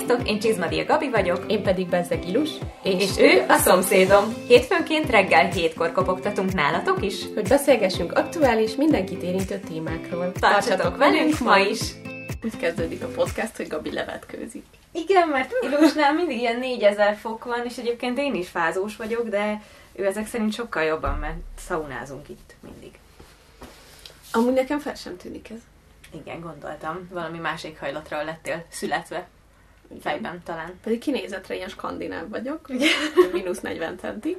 Sziasztok, én Csizmadia Gabi vagyok. Én pedig Bezzeg Ilus. És ő a szomszédom. Hétfőnként reggel 7-kor kopogtatunk nálatok is, hogy beszélgessünk aktuális, mindenkit érintő témákról. Tartsatok velünk ma is! Úgy kezdődik a podcast, hogy Gabi levetkőzik. Igen, mert Ilusnál mindig ilyen 4000 fok van, és egyébként én is fázós vagyok, de ő ezek szerint sokkal jobban, mert szaunázunk itt mindig. Amúgy nekem fel sem tűnik ez. Igen, gondoltam. Valami más éghajlatra lettél születve. Fejben talán. Pedig kinézetre ilyen skandináv vagyok. Mínusz 40 centi.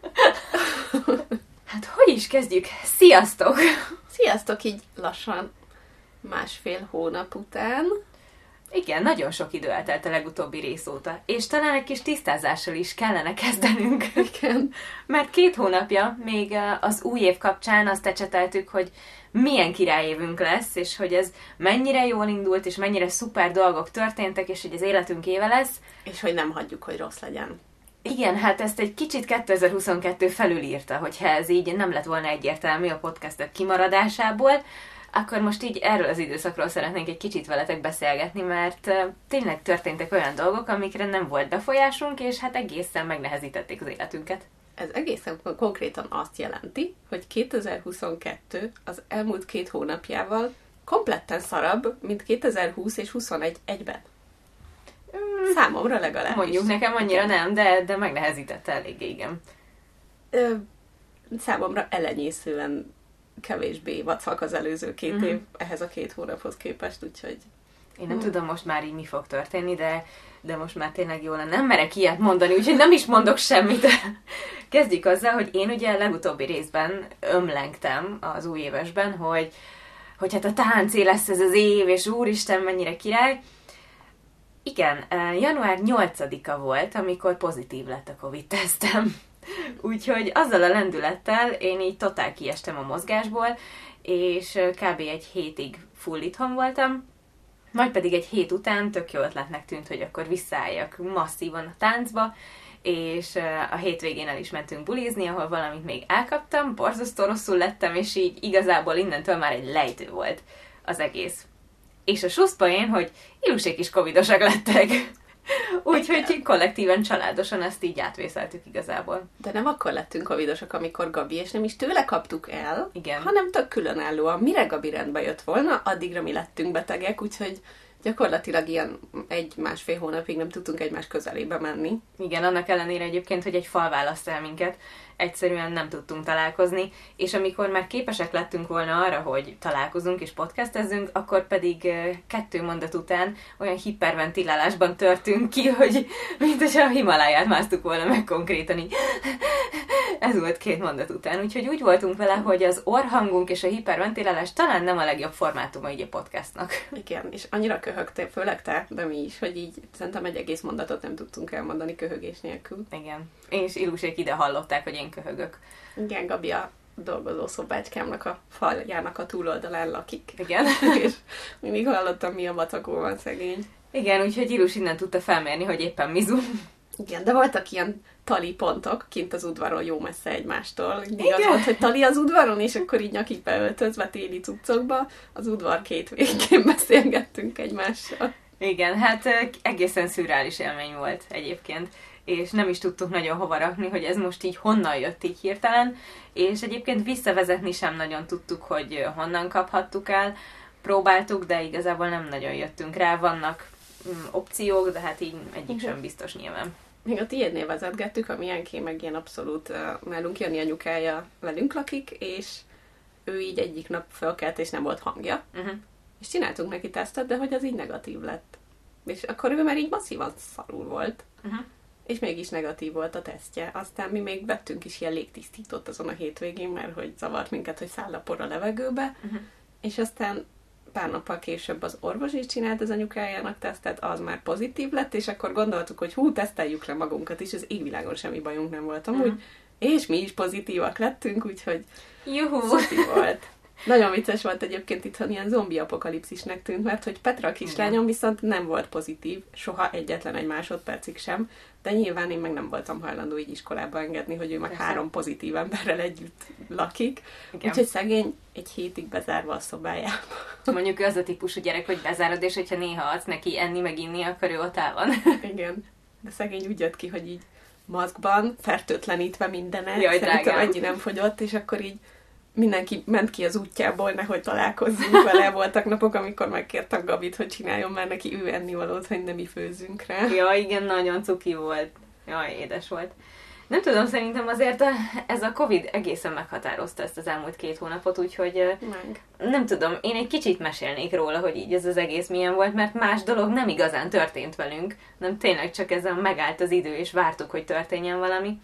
Hát hogy is kezdjük? Sziasztok! Sziasztok, így lassan másfél hónap után. Igen, nagyon sok idő eltelt a legutóbbi rész óta. És talán egy kis tisztázással is kellene kezdenünk. Igen. Mert 2 hónapja még az új év kapcsán azt ecseteltük, hogy milyen királyévünk lesz, és hogy ez mennyire jól indult, és mennyire szuper dolgok történtek, és hogy az életünk éve lesz. És hogy nem hagyjuk, hogy rossz legyen. Igen, hát ezt egy kicsit 2022 felülírta, hogyha ez így nem lett volna egyértelmű a podcastok kimaradásából, akkor most így erről az időszakról szeretnénk egy kicsit veletek beszélgetni, mert tényleg történtek olyan dolgok, amikre nem volt befolyásunk, és hát egészen megnehezítették az életünket. Ez egészen konkrétan azt jelenti, hogy 2022 az elmúlt 2 hónapjával kompletten szarabb, mint 2020 és 21 egyben. Számomra legalábbis. Mondjuk nekem annyira nem, de megnehezítette eléggé, igen. Számomra elenyészően kevésbé vacak az előző 2 év ehhez a 2 hónaphoz képest, úgyhogy... Én nem tudom most már így mi fog történni, de most már tényleg jól nem merek ilyet mondani, úgyhogy nem is mondok semmit. Kezdjük azzal, hogy én ugye a legutóbbi részben ömlengtem az új évesben, hogy hát a táncé lesz ez az év, és úristen, mennyire király. Igen, január 8-a volt, amikor pozitív lett a Covid-tesztem. Úgyhogy azzal a lendülettel én így totál kiestem a mozgásból, és kb. Egy hétig full itthon voltam, majd pedig egy hét után tök jó ötletnek tűnt, hogy akkor visszaálljak masszívan a táncba, és a hétvégén el is mentünk bulizni, ahol valamit még elkaptam, borzasztó rosszul lettem, és így igazából innentől már egy lejtő volt az egész. És a suszpoén, hogy Ilusék is covidosak lettek. Úgyhogy kollektíven, családosan ezt így átvészeltük igazából. De nem akkor lettünk covidosak, amikor Gabi, és nem is tőle kaptuk el, igen, hanem tök különállóan. Mire Gabi rendbe jött volna, addigra mi lettünk betegek, úgyhogy gyakorlatilag ilyen 1-1,5 hónapig nem tudtunk egymás közelébe menni. Igen, annak ellenére egyébként, hogy egy fal választ el minket, egyszerűen nem tudtunk találkozni, és amikor már képesek lettünk volna arra, hogy találkozunk és podcastezzünk, akkor pedig 2 mondat után olyan hiperventilálásban törtünk ki, hogy mint hogyha a Himaláját másztuk volna meg konkrétan így. Ez volt 2 mondat után, úgyhogy úgy voltunk vele, hogy az orrhangunk és a hiperventilálás talán nem a legjobb formátuma így a podcastnak. Igen, és annyira köhögtél, főleg te, de mi is, hogy így szerintem egy egész mondatot nem tudtunk elmondani köhögés nélkül. Igen, és Ilusék ide hallották, hogy én köhögök. Igen, Gabi a dolgozó szobácskámnak a faljának a túloldalán lakik. Igen. És mindig hallottam, mi a vacakó van szegény. Igen, úgyhogy Ilus innen tudta felmérni, hogy éppen mizu. Igen, de voltak ilyen tali pontok kint az udvaron jó messze egymástól. Mindig az volt, hogy tali az udvaron, és akkor így nyakig beöltözve téli cuccokba az udvar 2 végén beszélgettünk egymással. Igen, hát egészen szürreális élmény volt egyébként, és nem is tudtuk nagyon hova rakni, hogy ez most így honnan jött így hirtelen, és egyébként visszavezetni sem nagyon tudtuk, hogy honnan kaphattuk el. Próbáltuk, de igazából nem nagyon jöttünk rá, vannak opciók, de hát így egyik sem biztos nyilván. Még a tiédnél vezetgettük, a miénké meg ilyen abszolút nálunk Jani anyukája velünk lakik, és ő így egyik nap fölkelt, és nem volt hangja. És csináltunk neki tesztet, de hogy az így negatív lett. És akkor ő már így masszívan szarul volt. És mégis negatív volt a tesztje. Aztán mi még vettünk is ilyen légtisztítót azon a hétvégén, mert hogy zavart minket, hogy száll a por a levegőbe. És aztán pár nappal később az orvos is csinált az anyukájának tesztet, az már pozitív lett, és akkor gondoltuk, hogy teszteljük le magunkat is, az égvilágon semmi bajunk nem volt amúgy, és mi is pozitívak lettünk, úgyhogy szupi volt. Nagyon vicces volt egyébként itthon, ilyen zombi apokalipszisnek tűnt, mert hogy Petra a kislányom viszont nem volt pozitív, soha egyetlen egy másodpercig sem, de nyilván én meg nem voltam hajlandó így iskolába engedni, hogy ő meg 3 pozitív emberrel együtt lakik. Úgyhogy szegény egy hétig bezárva a szobájába. Mondjuk ő az a típusú gyerek, hogy bezárod, és hogyha néha adsz neki enni, meg inni, akkor ő ott el van. Igen, de szegény úgy jött ki, hogy így maszkban, fertőtlenítve mindenet. Jaj, drágám. Annyi nem fogyott, és akkor így mindenki ment ki az útjából, nehogy találkozzunk vele. Voltak napok, amikor megkértek Gabit, hogy csináljon már neki ő ennivalót, hogy nem mi főzzünk rá. Ja, igen, nagyon cuki volt. Jaj, édes volt. Nem tudom, szerintem azért ez a Covid egészen meghatározta ezt az elmúlt 2 hónapot, úgyhogy nem tudom, én egy kicsit mesélnék róla, hogy így ez az egész milyen volt, mert más dolog nem igazán történt velünk, nem tényleg csak ezen megállt az idő, és vártuk, hogy történjen valami.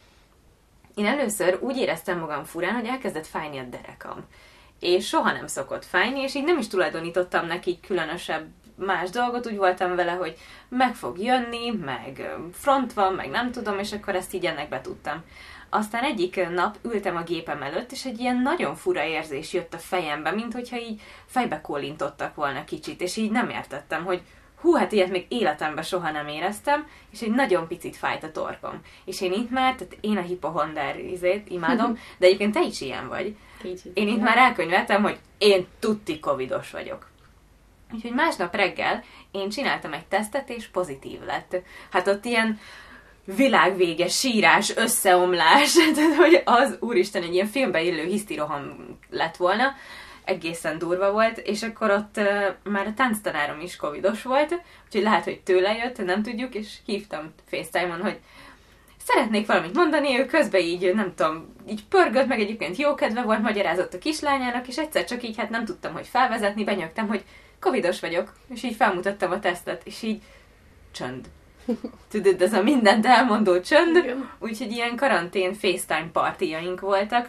Én először úgy éreztem magam furán, hogy elkezdett fájni a derekam. És soha nem szokott fájni, és így nem is tulajdonítottam neki különösebb más dolgot, úgy voltam vele, hogy meg fog jönni, meg front van, meg nem tudom, és akkor ezt így ennek betudtam. Aztán egyik nap ültem a gépem előtt, és egy ilyen nagyon fura érzés jött a fejembe, mint hogyha így fejbe kólintottak volna kicsit, és így nem értettem, hogy hát ilyet még életemben soha nem éreztem, és egy nagyon picit fájt a torkom. És én itt már, tehát én a hipohonder imádom, de egyébként te is ilyen vagy. Én itt már elkönyveltem, hogy én tuti covidos vagyok. Úgyhogy másnap reggel én csináltam egy tesztet, és pozitív lett. Hát ott ilyen világvége, sírás, összeomlás, tehát hogy az, úristen, egy ilyen filmbe illő hisztiroham lett volna, egészen durva volt, és akkor ott már a tánctanárom is covidos volt, úgyhogy lehet, hogy tőle jött, nem tudjuk, és hívtam FaceTime-on, hogy szeretnék valamit mondani, ő közben így, nem tudom, így pörgött, meg egyébként jókedve volt, magyarázott a kislányának, és egyszer csak így, hát nem tudtam, hogy felvezetni, benyögtem, hogy covidos vagyok, és így felmutattam a tesztet, és így csönd. Tudod, ez a mindent elmondó csönd, úgyhogy ilyen karantén FaceTime partijaink voltak,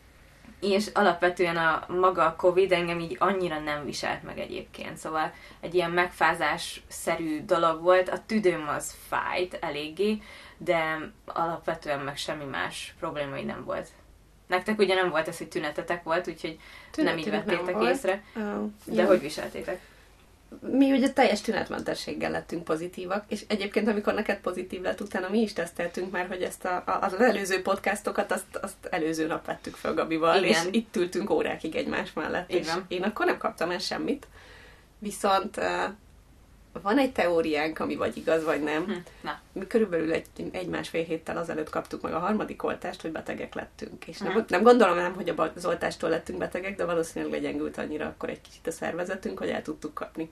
és alapvetően a maga a Covid engem így annyira nem viselt meg egyébként, szóval egy ilyen megfázás-szerű dolog volt, a tüdőm az fájt eléggé, de alapvetően meg semmi más probléma így nem volt. Nektek ugye nem volt ez, hogy tünetetek volt, úgyhogy nem így vettétek észre, de hogy viseltétek? Mi ugye teljes tünetmentességgel lettünk pozitívak, és egyébként amikor neked pozitív lett, utána mi is teszteltünk már, hogy ezt az előző podcastokat, azt előző nap vettük fel Gabival, igen. És itt ültünk órákig egymás mellett, igen. És én akkor nem kaptam el semmit. Viszont van egy teóriánk, ami vagy igaz, vagy nem. Na. Mi körülbelül egy-másfél héttel azelőtt kaptuk meg a 3. oltást, hogy betegek lettünk. És nem gondolom, hogy az oltástól lettünk betegek, de valószínűleg legyengült annyira akkor egy kicsit a szervezetünk, hogy el tudtuk kapni.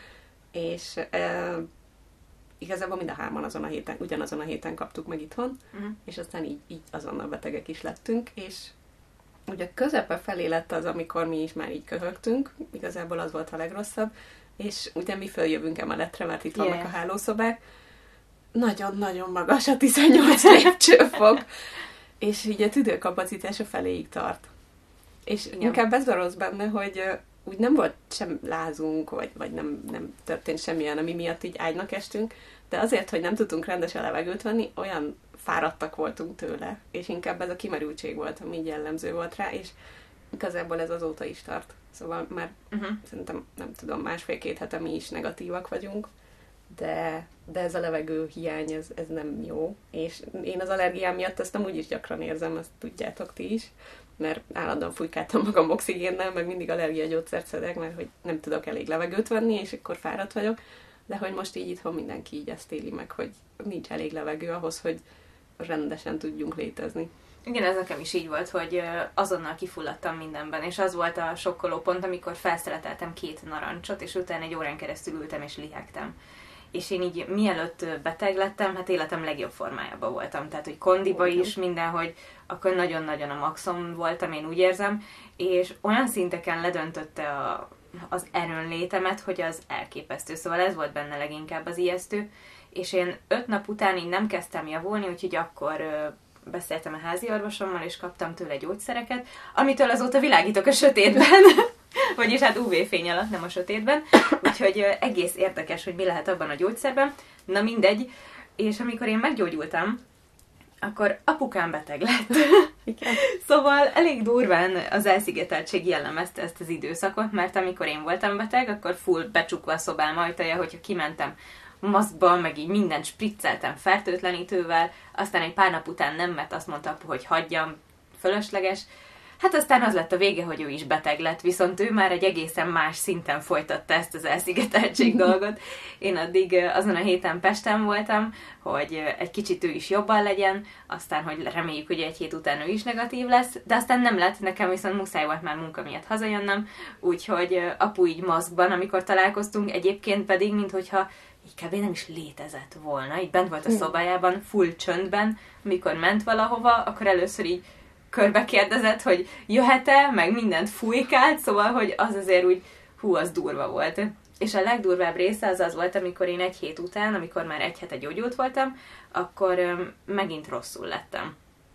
És igazából mind a 3-an ugyanazon a héten kaptuk meg itthon, és aztán így azonnal betegek is lettünk, és ugye közepe felé lett az, amikor mi is már így köhögtünk, igazából az volt a legrosszabb, és ugye mi följövünk emeletre, mert itt vannak a hálószobák. Nagyon-nagyon magas a 18 lépcsőfok, és így a tüdőkapacitása feléig tart. És inkább ez a rossz benne, hogy úgy nem volt sem lázunk, vagy nem történt semmilyen, ami miatt így ágynak estünk, de azért, hogy nem tudtunk rendesen levegőt venni, olyan fáradtak voltunk tőle, és inkább ez a kimerültség volt, ami így jellemző volt rá, és igazából ez azóta is tart. Szóval már szerintem, nem tudom, 1,5-2 hete mi is negatívak vagyunk, de ez a levegő hiány, ez nem jó. És én az allergiám miatt ezt amúgy is gyakran érzem, ezt tudjátok ti is, mert állandóan fújkáltam magam oxigénnel, meg mindig allergiagyógyszert szedek, mert hogy nem tudok elég levegőt venni, és akkor fáradt vagyok. De hogy most így itthon mindenki így ezt éli meg, hogy nincs elég levegő ahhoz, hogy rendesen tudjunk létezni. Igen, ez nekem is így volt, hogy azonnal kifulladtam mindenben, és az volt a sokkoló pont, amikor felszeleteltem 2 narancsot, és utána egy órán keresztül ültem és lihegtem. És én így mielőtt beteg lettem, hát életem legjobb formájában voltam, tehát hogy kondiba is, mindenhogy, akkor nagyon-nagyon a maxon voltam, én úgy érzem, és olyan szinteken ledöntötte az erőnlétemet, hogy az elképesztő, szóval ez volt benne leginkább az ijesztő, és én 5 nap után így nem kezdtem javulni, úgyhogy akkor beszéltem a házi orvosommal, és kaptam tőle gyógyszereket, amitől azóta világítok a sötétben, vagyis hát UV-fény alatt, nem a sötétben, úgyhogy egész érdekes, hogy mi lehet abban a gyógyszerben. Na mindegy, és amikor én meggyógyultam, akkor apukám beteg lett. Szóval elég durván az elszigeteltség jellemezte ezt az időszakot, mert amikor én voltam beteg, akkor full becsukva a szobám ajtaja, hogyha kimentem maszkba, meg így mindent spricceltem fertőtlenítővel, aztán egy pár nap után nem, mert azt mondta apu, hogy hagyjam, fölösleges. Hát aztán az lett a vége, hogy ő is beteg lett, viszont ő már egy egészen más szinten folytatta ezt az elszigeteltség dolgot. Én addig azon a héten Pesten voltam, hogy egy kicsit ő is jobban legyen, aztán, hogy reméljük, hogy egy hét után ő is negatív lesz, de aztán nem lett, nekem viszont muszáj volt már munka miatt hazajönnöm, úgyhogy apu így maszkban, amikor találkoztunk, egyébként pedig, minthogyha így kb. Nem is létezett volna, így bent volt a szobájában, full csöndben, amikor ment valahova, akkor először így körbe kérdezett, hogy jöhet-e, meg mindent fújkált, szóval, hogy az azért úgy, az durva volt. És a legdurvább része az volt, amikor én egy hét után, amikor már egy hete gyógyult voltam, akkor megint rosszul lettem.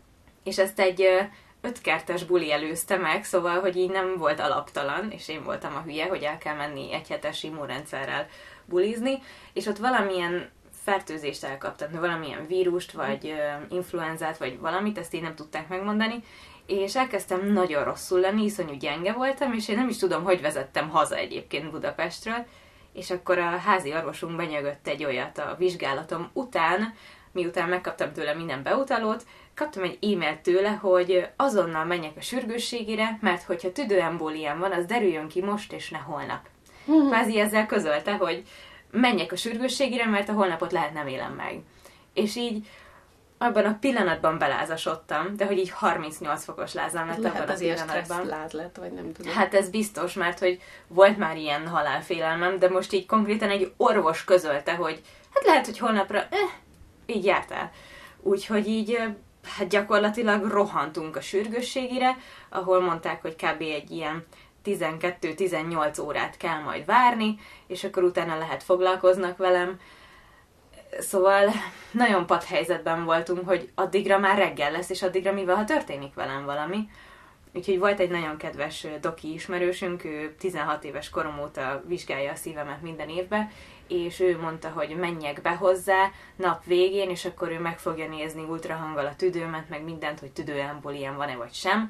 És ezt egy 5 kertes buli előzte meg, szóval, hogy így nem volt alaptalan, és én voltam a hülye, hogy el kell menni egy hetes immunrendszerrel bulizni, és ott valamilyen fertőzést elkaptam, valamilyen vírust, vagy influenzát, vagy valamit, ezt így nem tudták megmondani, és elkezdtem nagyon rosszul lenni, iszonyú gyenge voltam, és én nem is tudom, hogy vezettem haza egyébként Budapestről, és akkor a házi orvosunk benyögött egy olyat a vizsgálatom után, miután megkaptam tőle minden beutalót, kaptam egy e-mailt tőle, hogy azonnal menjek a sürgősségére, mert hogyha tüdőembóliám van, az derüljön ki most és ne holnap. Kvázi ezzel közölte, hogy menjek a sürgősségére, mert a holnapot lehet nem élem meg. És így abban a pillanatban belázasodtam, de hogy így 38 fokos lázam lett abban a pillanatban. Lehet lett, vagy nem tudom. Hát ez biztos, mert hogy volt már ilyen halálfélelmem, de most így konkrétan egy orvos közölte, hogy hát lehet, hogy holnapra így jártál. Úgyhogy így hát gyakorlatilag rohantunk a sürgősségére, ahol mondták, hogy kb. Egy ilyen 12-18 órát kell majd várni, és akkor utána lehet foglalkoznak velem. Szóval nagyon padhelyzetben voltunk, hogy addigra már reggel lesz, és addigra mivel, ha történik velem valami. Úgyhogy volt egy nagyon kedves doki ismerősünk, ő 16 éves korom óta vizsgálja a szívemet minden évben, és ő mondta, hogy menjek be hozzá nap végén, és akkor ő meg fogja nézni ultrahanggal a tüdőmet, meg mindent, hogy tüdőembóliám van-e vagy sem.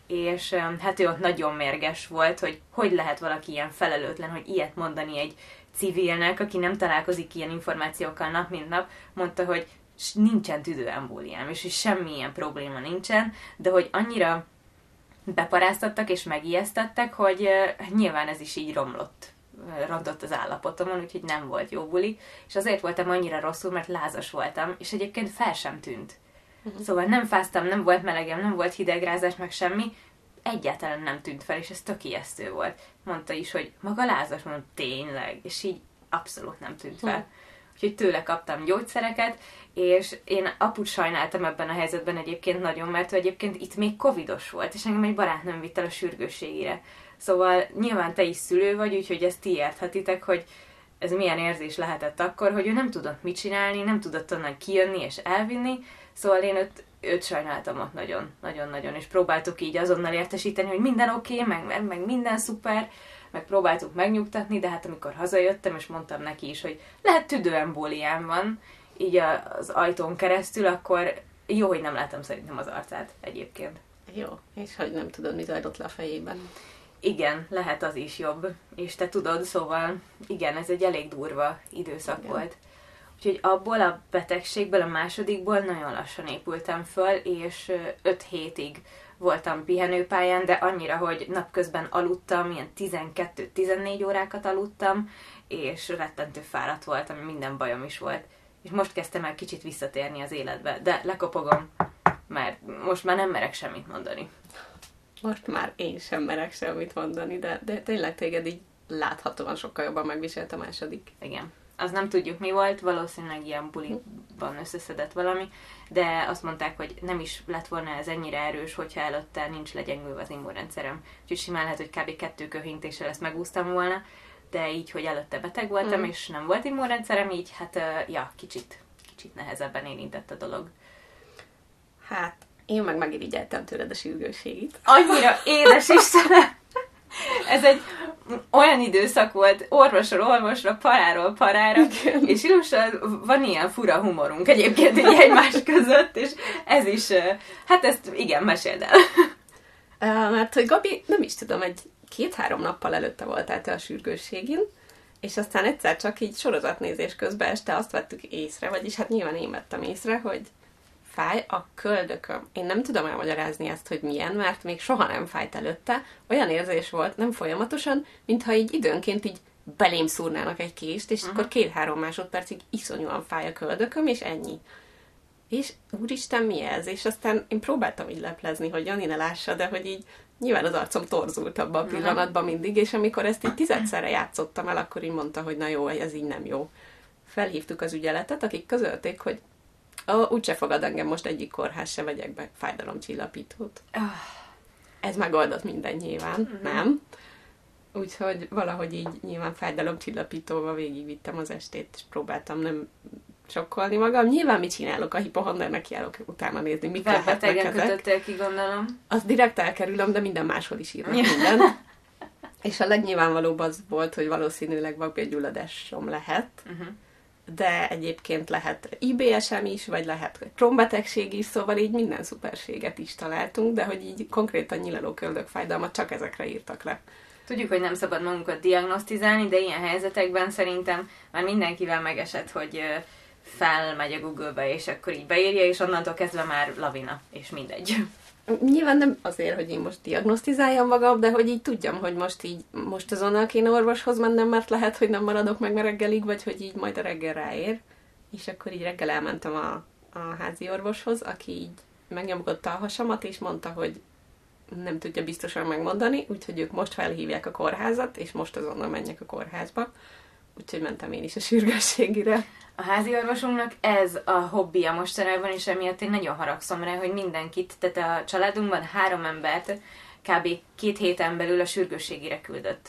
És hát ő ott nagyon mérges volt, hogy lehet valaki ilyen felelőtlen, hogy ilyet mondani egy civilnek, aki nem találkozik ilyen információkkal nap mint nap, mondta, hogy nincsen tüdőembóliám, és hogy semmilyen probléma nincsen, de hogy annyira beparáztattak és megijesztettek, hogy nyilván ez is így rontott az állapotomon, úgyhogy nem volt jó buli, és azért voltam annyira rosszul, mert lázas voltam, és egyébként fel sem tűnt. Szóval nem fáztam, nem volt melegem, nem volt hidegrázás, meg semmi, egyáltalán nem tűnt fel, és ez tök ijesztő volt. Mondta is, hogy maga lázas, mondom, tényleg, és így abszolút nem tűnt fel. Úgyhogy tőle kaptam gyógyszereket, és én aput sajnáltam ebben a helyzetben egyébként nagyon, mert ő egyébként itt még covidos volt, és engem egy barátnőm vitt el a sürgősségére. Szóval nyilván te is szülő vagy, úgyhogy ezt ti érthetitek, hogy ez milyen érzés lehetett akkor, hogy ő nem tudott mit csinálni, nem tudott onnan kijönni és elvinni, szóval én őt sajnáltam ott nagyon-nagyon, és próbáltuk így azonnal értesíteni, hogy minden oké, meg minden szuper, meg próbáltuk megnyugtatni, de hát amikor hazajöttem, és mondtam neki is, hogy lehet tüdőembóliám van, így az ajtón keresztül, akkor jó, hogy nem láttam szerintem az arcát egyébként. Jó, és hogy nem tudod, mi zajlott le a fejében. Igen, lehet az is jobb, és te tudod, szóval igen, ez egy elég durva időszak volt. Úgyhogy abból a betegségből, a másodikból nagyon lassan épültem föl, és 5 hétig voltam pihenőpályán, de annyira, hogy napközben aludtam, ilyen 12-14 órákat aludtam, és rettentő fáradt voltam, minden bajom is volt. És most kezdtem el kicsit visszatérni az életbe, de lekopogom, mert most már nem merek semmit mondani. Most már én sem merek semmit mondani, de tényleg téged így láthatóan sokkal jobban megviselt a második. Igen. Az nem tudjuk mi volt, valószínűleg ilyen buliban összeszedett valami, de azt mondták, hogy nem is lett volna ez ennyire erős, hogyha előtte nincs legyengülve az immunrendszerem. Úgyhogy simán lehet, hogy kb. 2 köhintéssel ezt megúsztam volna, de így, hogy előtte beteg voltam, és nem volt immunrendszerem, így hát, kicsit nehezebben érintett a dolog. Hát, én meg megirigyeltem tőled a sürgősségit. Annyira édes Istenem! Ez egy olyan időszak volt, orvosról orvosra, paráról parára, igen. És Ilussal van ilyen fura humorunk egyébként így egymás között, és ez is, hát ezt igen, meséld el. Mert hogy Gabi, nem is tudom, 2-3 nappal előtte voltál te a sürgősségin, és aztán egyszer csak így sorozatnézés közben este azt vettük észre, vagyis hát nyilván én vettem észre, hogy fáj a köldököm. Én nem tudom elmagyarázni ezt, hogy milyen, mert még soha nem fájt előtte. Olyan érzés volt, nem folyamatosan, mintha így időnként így belém szúrnának egy kést, és akkor 2-3 másodpercig iszonyúan fáj a köldököm, és ennyi. És úristen, mi ez? És aztán én próbáltam így leplezni, hogy Jani ne lássa, de hogy így nyilván az arcom torzult abban a pillanatban mindig, és amikor ezt így 10-szerre játszottam el, akkor így mondta, hogy na jó, ez így nem jó. Felhívtuk az ügyeletet, akik közölték, hogy úgyse fogad engem most egyik kórház, se vegyek be fájdalomcsillapítót. Ez megoldott minden nyilván, nem? Úgyhogy valahogy így nyilván fájdalomcsillapítóval végigvittem az estét, és próbáltam nem sokkolni magam. Nyilván mit csinálok a hipohondernek, kiállok utána nézni, mik lehetnek ezek. Kötöttél ki, gondolom. Azt direkt elkerülöm, de minden máshol is írnak minden. És a legnyilvánvalóbb az volt, hogy valószínűleg vakbélgyulladásom lehet, de egyébként lehet IBS-em is, vagy lehet Crohn-betegség is, szóval így minden szuperséget is találtunk, de hogy így konkrétan nyilalóköldök fájdalmat csak ezekre írtak le. Tudjuk, hogy nem szabad magunkat diagnosztizálni, de ilyen helyzetekben szerintem már mindenkivel megesett, hogy felmegy a Google-be, és akkor így beírja, és onnantól kezdve már lavina, és mindegy. Nyilván nem azért, hogy én most diagnosztizáljam magam, de hogy így tudjam, hogy most azonnal kéne orvoshoz mennem, mert lehet, hogy nem maradok meg reggelig, vagy hogy így majd a reggel ráér. És akkor így reggel elmentem a házi orvoshoz, aki így megnyomkodta a hasamat, és mondta, hogy nem tudja biztosan megmondani, úgyhogy ők most felhívják a kórházat, és most azonnal menjek a kórházba. Úgyhogy mentem én is a sürgősségire. A házi orvosunknak ez a hobbija mostanában, és emiatt én nagyon haragszom rá, hogy mindenkit, tehát a családunkban 3 embert kb. 2 héten belül a sürgősségire küldött.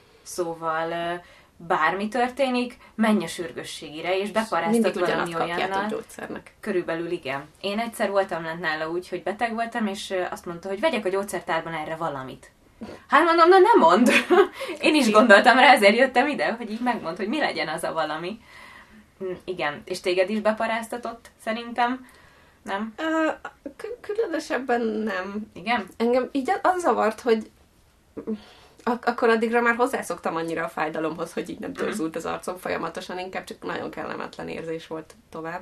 Szóval bármi történik, menj a sürgősségire, és beparáztat valami olyannal. Gyógyszernek. Körülbelül igen. Én egyszer voltam lent nála úgy, hogy beteg voltam, és azt mondta, hogy vegyek a gyógyszertárban erre valamit. Hát mondom, na nem mond. Én is gondoltam rá, ezért jöttem ide, hogy így megmond, hogy mi legyen az a valami. Igen, és téged is beparáztatott, szerintem? Nem? Különösebben nem. Igen? Engem így az zavart, hogy akkor addigra már hozzászoktam annyira a fájdalomhoz, hogy így nem torzult az arcom folyamatosan, inkább csak nagyon kellemetlen érzés volt tovább.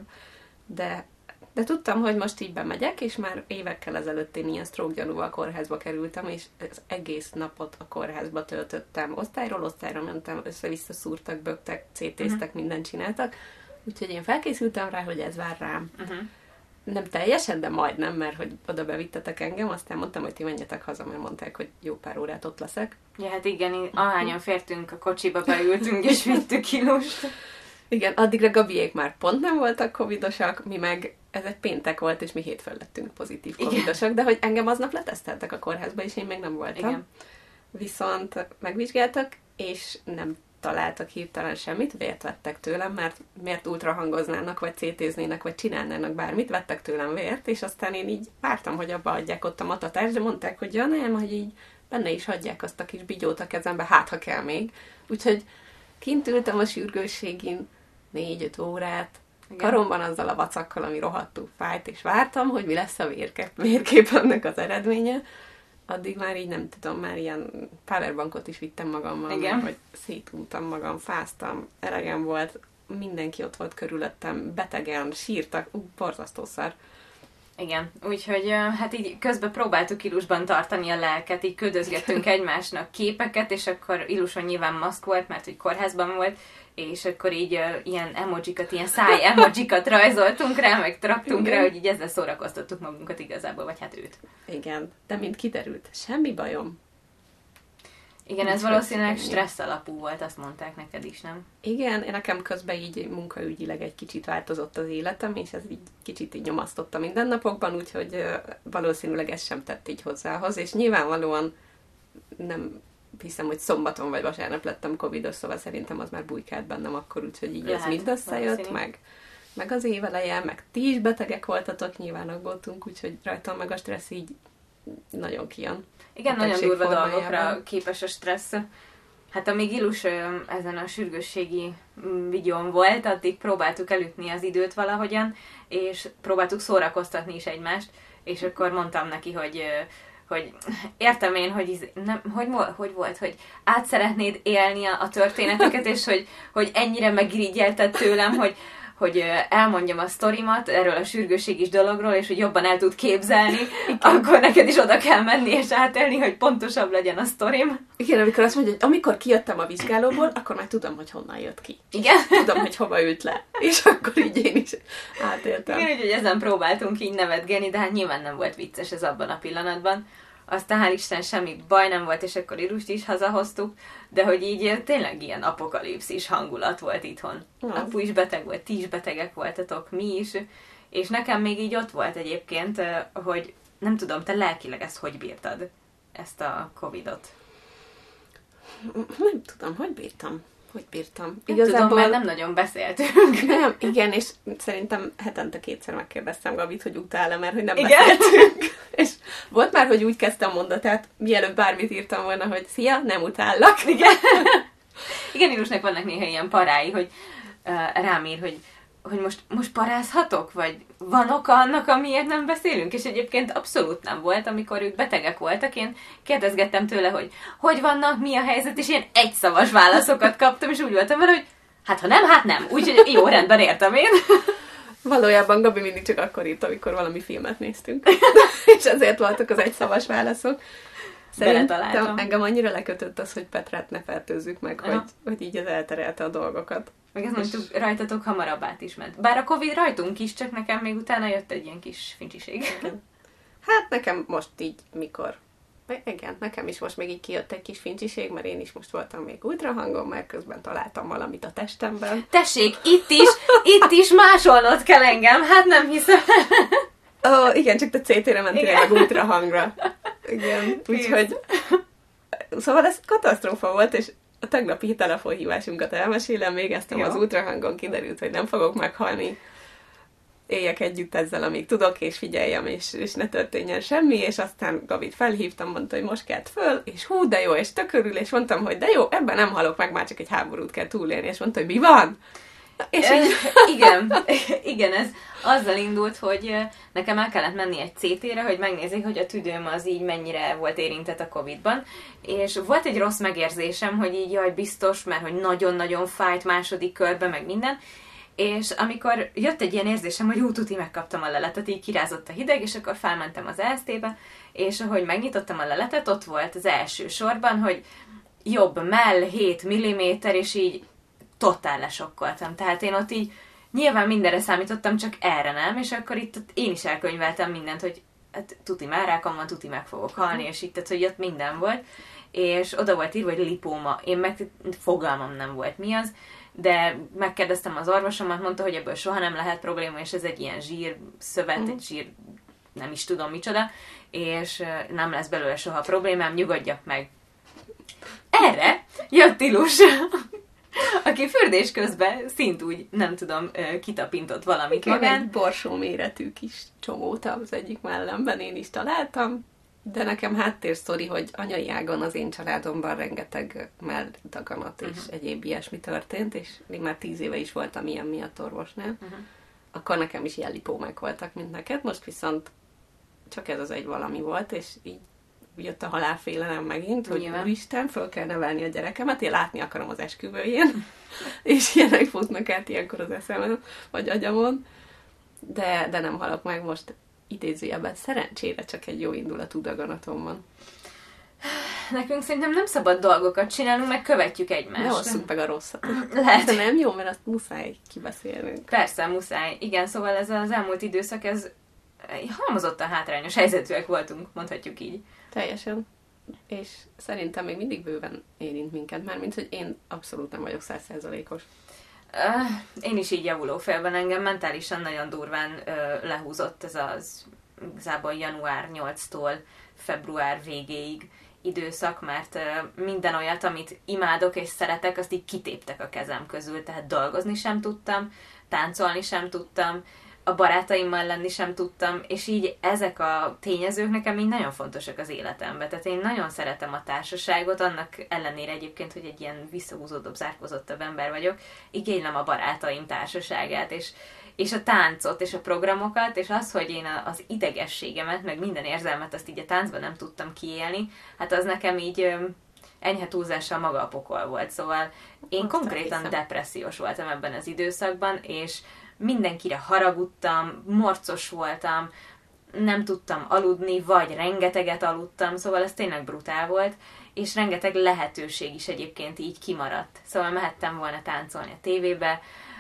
De tudtam, hogy most így bemegyek, és már évekkel ezelőtt én ilyen stroke gyanúval kórházba kerültem, és az egész napot a kórházba töltöttem. Osztályról osztályra mentem, össze-vissza szúrtak, bögtek, CT-ztek, mindent csináltak. Úgyhogy én felkészültem rá, hogy ez vár rám. Nem teljesen, de majdnem, mert hogy oda bevittetek engem, aztán mondtam, hogy ti menjetek haza, mert mondták, hogy jó pár órát ott leszek. Ja, hát igen, ahányan fértünk a kocsiba, beültünk és vittük Ilust. Igen, addigra Gabiék már pont nem voltak covidosak, mi meg ez egy péntek volt, és mi hétfőn lettünk pozitív covidosak, de hogy engem aznap leteszteltek a kórházba, és én még nem voltam. Igen. Viszont megvizsgáltak, és nem találtak hirtelen semmit, vért vettek tőlem, mert miért ultrahangoznának, vagy CT-znének, vagy csinálnának bármit, vettek tőlem vért, és aztán én így vártam, hogy abba adják ott a matatást, de mondták, hogy ja nem, hogy így benne is hagyják azt a kis bigyót a kezembe, hát ha kell még. Úgyhogy kint ültem a sürgősségin 4-5 órát, igen. Karomban azzal a vacakkal, ami rohadtul fájt, és vártam, hogy mi lesz a vérkép annak az eredménye. Addig már így nem tudom, már ilyen powerbankot is vittem magammal, mert hogy szétuntam magam, fáztam, elegem volt, mindenki ott volt körülöttem, betegen, sírtak, borzasztó szar. Igen, úgyhogy hát így közben próbáltuk Ilusban tartani a lelket, így küldözgettünk egymásnak képeket, és akkor Iluson nyilván maszk volt, mert hogy kórházban volt, és akkor így ilyen emojikat, ilyen száj emojikat rajzoltunk rá, meg traktunk rá, hogy így ezzel szórakoztattuk magunkat igazából, vagy hát őt. Igen, de mint kiderült, semmi bajom. Igen, ez valószínűleg stressz alapú volt, azt mondták neked is, nem? Igen, nekem közben így munkaügyileg egy kicsit változott az életem, és ez így kicsit így nyomasztotta mindennapokban, úgyhogy valószínűleg ez sem tett így hozzához, és nyilvánvalóan nem hiszem, hogy szombaton vagy vasárnap lettem covidos, szóval szerintem az már bujkált bennem akkor, úgyhogy így ez mind összejött, meg az év eleje, meg ti is betegek voltatok, nyilván aggódtunk, úgyhogy rajtam meg a stressz így nagyon kijön. Igen, nagyon durva dolgokra képes a stressz. Hát amíg Ilus ezen a sürgősségi videón volt, addig próbáltuk elütni az időt valahogyan, és próbáltuk szórakoztatni is egymást, és akkor mondtam neki, hogy értem én, hogy volt, hogy át szeretnéd élni a történeteket, és hogy ennyire megirigyelted tőlem, hogy elmondjam a sztorimat erről a sürgősségis dologról, és hogy jobban el tud képzelni, akkor neked is oda kell menni és átélni, hogy pontosabb legyen a sztorim. Igen, amikor azt mondja, hogy amikor kijöttem a vizsgálóból, akkor már tudom, hogy honnan jött ki. Igen. Tudom, hogy hova ült le. És akkor így én is átéltem. Igen, úgyhogy ezen próbáltunk így nevetgélni, de hát nyilván nem volt vicces ez abban a pillanatban. Aztán hál' Isten semmi baj nem volt, és akkor Ilust is hazahoztuk, de hogy így tényleg ilyen apokalipszis hangulat volt itthon. Apu is beteg volt, ti is betegek voltatok, mi is, és nekem még így ott volt egyébként, hogy nem tudom, te lelkileg ezt hogy bírtad, ezt a Covidot? Nem tudom, hogy bírtam. Igazából... Tudom, mert nem nagyon beszéltünk. Nem, igen, és szerintem hetente 2-szer megkérdeztem Gabit, hogy utál-e, mert hogy nem beszéltünk. És volt már, hogy úgy kezdtem a mondatát, mielőtt bármit írtam volna, hogy szia, nem utállak. Igen. Igen, Ilusnak vannak néha ilyen parái, hogy rám ír, hogy most parázhatok? Vagy van oka annak, amiért nem beszélünk? És egyébként abszolút nem volt, amikor ők betegek voltak. Én kérdezgettem tőle, hogy vannak, mi a helyzet, és ilyen egyszavas válaszokat kaptam, és úgy voltam vele, hogy hát ha nem, hát nem. Úgyhogy jó, rendben értem én. Valójában Gabi mindig csak akkor írt, amikor valami filmet néztünk. És ezért voltak az egyszavas válaszok. Szerintem engem annyira lekötött az, hogy Petrát ne fertőzzük meg, hogy így ez elterelte a dolgokat. Meg ezt mondtuk, rajtatok hamarabb át is ment. Bár a Covid rajtunk is, csak nekem még utána jött egy ilyen kis fincsiség. Hát nekem most így mikor? Igen, nekem is most még így kijött egy kis fincsiség, mert én is most voltam még ultrahangon, mert közben találtam valamit a testemben. Tessék, itt is másolnod kell engem, hát nem hiszem. Igen, csak te CT-re mentél meg ultrahangra. Igen, úgyhogy... Szóval ez katasztrófa volt, és a tegnapi telefonhívásunkat elmesélem, végeztem az ultrahangon, kiderült, hogy nem fogok meghalni. Éljek együtt ezzel, amíg tudok, és figyeljem, és ne történjen semmi, és aztán Gabit felhívtam, mondta, hogy most kelt föl, és hú, de jó, és tök örül, és mondtam, hogy de jó, ebben nem halok meg, már csak egy háborút kell túlélni, és mondta, hogy mi van? És igen, ez azzal indult, hogy nekem el kellett menni egy CT-re, hogy megnézzék, hogy a tüdőm az így mennyire volt érintett a Covid-ban, és volt egy rossz megérzésem, hogy így jaj, biztos, mert hogy nagyon-nagyon fájt második körbe, meg minden, és amikor jött egy ilyen érzésem, hogy tuti, megkaptam a leletet, így kirázott a hideg, és akkor felmentem az EST-be, és ahogy megnyitottam a leletet, ott volt az első sorban, hogy jobb mell 7 mm, és így totál lesokkoltam. Tehát én ott így nyilván mindenre számítottam, csak erre nem, és akkor itt én is elkönyveltem mindent, hogy hát tuti már rákom van, tuti meg fogok halni, és itt, tehát, hogy ott minden volt, és oda volt írva, hogy lipóma. Én meg fogalmam nem volt mi az, de megkérdeztem az orvosomat, mondta, hogy ebből soha nem lehet probléma, és ez egy ilyen zsírszövet, egy zsír, nem is tudom micsoda, és nem lesz belőle soha problémám, nyugodjak meg. Erre jött Ilus, aki fürdés közben szintúgy, nem tudom, kitapintott valamit magán. Egy borsó méretű kis csomót az egyik mellemben én is találtam, de nekem háttérsztori, hogy anyai ágon az én családomban rengeteg melldaganat és egyéb ilyesmi történt, és még már 10 éve is voltam ilyen miatt orvosnál. Akkor nekem is ilyen lipómák voltak, mint neked, most viszont csak ez az egy valami volt, és így jött a halálfélelem megint, hogy úristen, föl kell nevelni a gyerekemet, én látni akarom az esküvőjén, és ilyenek futnak át ilyenkor az eszemen, vagy agyamon, de nem halok meg most idézőjelben. Szerencsére csak egy jó indulatú daganatom van. Nekünk szerintem nem szabad dolgokat csinálnunk, meg követjük egymást. Ne osszunk meg a rosszat. Lehet. De nem jó, mert azt muszáj kibeszélnünk. Persze, muszáj. Igen, szóval ez az elmúlt időszak, ez halmozottan hátrányos helyzetűek voltunk, mondhatjuk így. Teljesen. És szerintem még mindig bőven érint minket, mármint, hogy én abszolút nem vagyok 100%-os. Én is így javuló félben, engem mentálisan nagyon durván lehúzott ez az igazából január 8-tól február végéig időszak, mert minden olyat, amit imádok és szeretek, azt így kitéptek a kezem közül, tehát dolgozni sem tudtam, táncolni sem tudtam, a barátaimmal lenni sem tudtam, és így ezek a tényezők nekem így nagyon fontosak az életemben. Tehát én nagyon szeretem a társaságot, annak ellenére egyébként, hogy egy ilyen visszahúzódóbb, zárkózottabb ember vagyok, igénylem a barátaim társaságát, és a táncot, és a programokat, és az, hogy én az idegességemet, meg minden érzelmet azt így a táncban nem tudtam kiélni, hát az nekem így enyhe túlzással maga a pokol volt. Szóval én konkrétan depressziós voltam ebben az időszakban, és mindenkire haragudtam, morcos voltam, nem tudtam aludni, vagy rengeteget aludtam, szóval ez tényleg brutál volt, és rengeteg lehetőség is egyébként így kimaradt. Szóval mehettem volna táncolni a tévébe,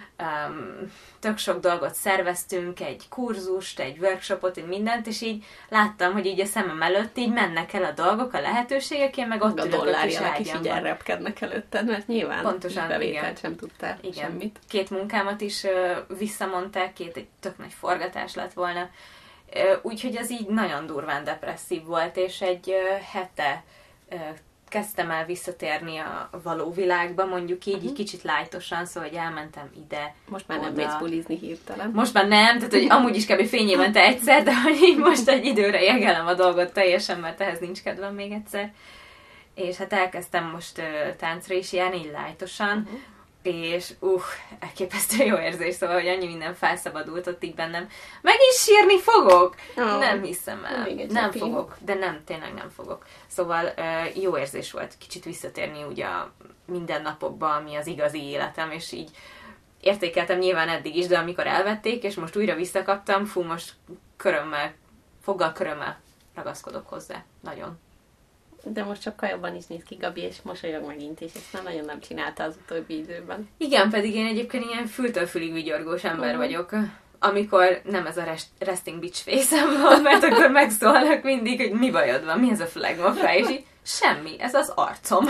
tök sok dolgot szerveztünk, egy kurzust, egy workshopot, egy mindent, és így láttam, hogy így a szemem előtt így mennek el a dolgok, a lehetőségek, én meg ott a ülök a kis dollárjelek is így ágyamban. elrepkednek előtted, mert nyilván Pontosan, bevételt igen. sem tudtál semmit. 2 munkámat is visszamondták, 2 egy tök nagy forgatás lett volna. Úgyhogy ez így nagyon durván depresszív volt, és egy hete kezdtem el visszatérni a való világba, mondjuk így, így kicsit lájtosan, szóval hogy elmentem ide. Most már nem oda. mész bulizni hirtelen. Most már nem, tehát hogy amúgy is kb. Fényévente egyszer, de hogy így most egy időre jegelem a dolgot teljesen, mert ehhez nincs kedvem még egyszer. És hát elkezdtem most táncra is járni, így lájtosan, és elképesztő jó érzés, szóval, hogy annyi minden felszabadult ott így bennem. Meg is sírni fogok! Nem hiszem el. Nem fogok, de tényleg nem fogok. Szóval jó érzés volt kicsit visszatérni úgy a mindennapokba, ami az igazi életem, és így értékeltem nyilván eddig is, de amikor elvették, és most újra visszakaptam, most foggal körömmel ragaszkodok hozzá. Nagyon. De most sokkal jobban is néz ki Gabi, és mosolyog megint, és ezt már nagyon nem csinálta az utóbbi időben. Igen, pedig én egyébként ilyen fültől fülig vigyorgós ember vagyok. Amikor nem ez a resting bitch face-em van, mert akkor megszólnak mindig, hogy mi bajod van, mi ez a flegmafej, és így semmi, ez az arcom.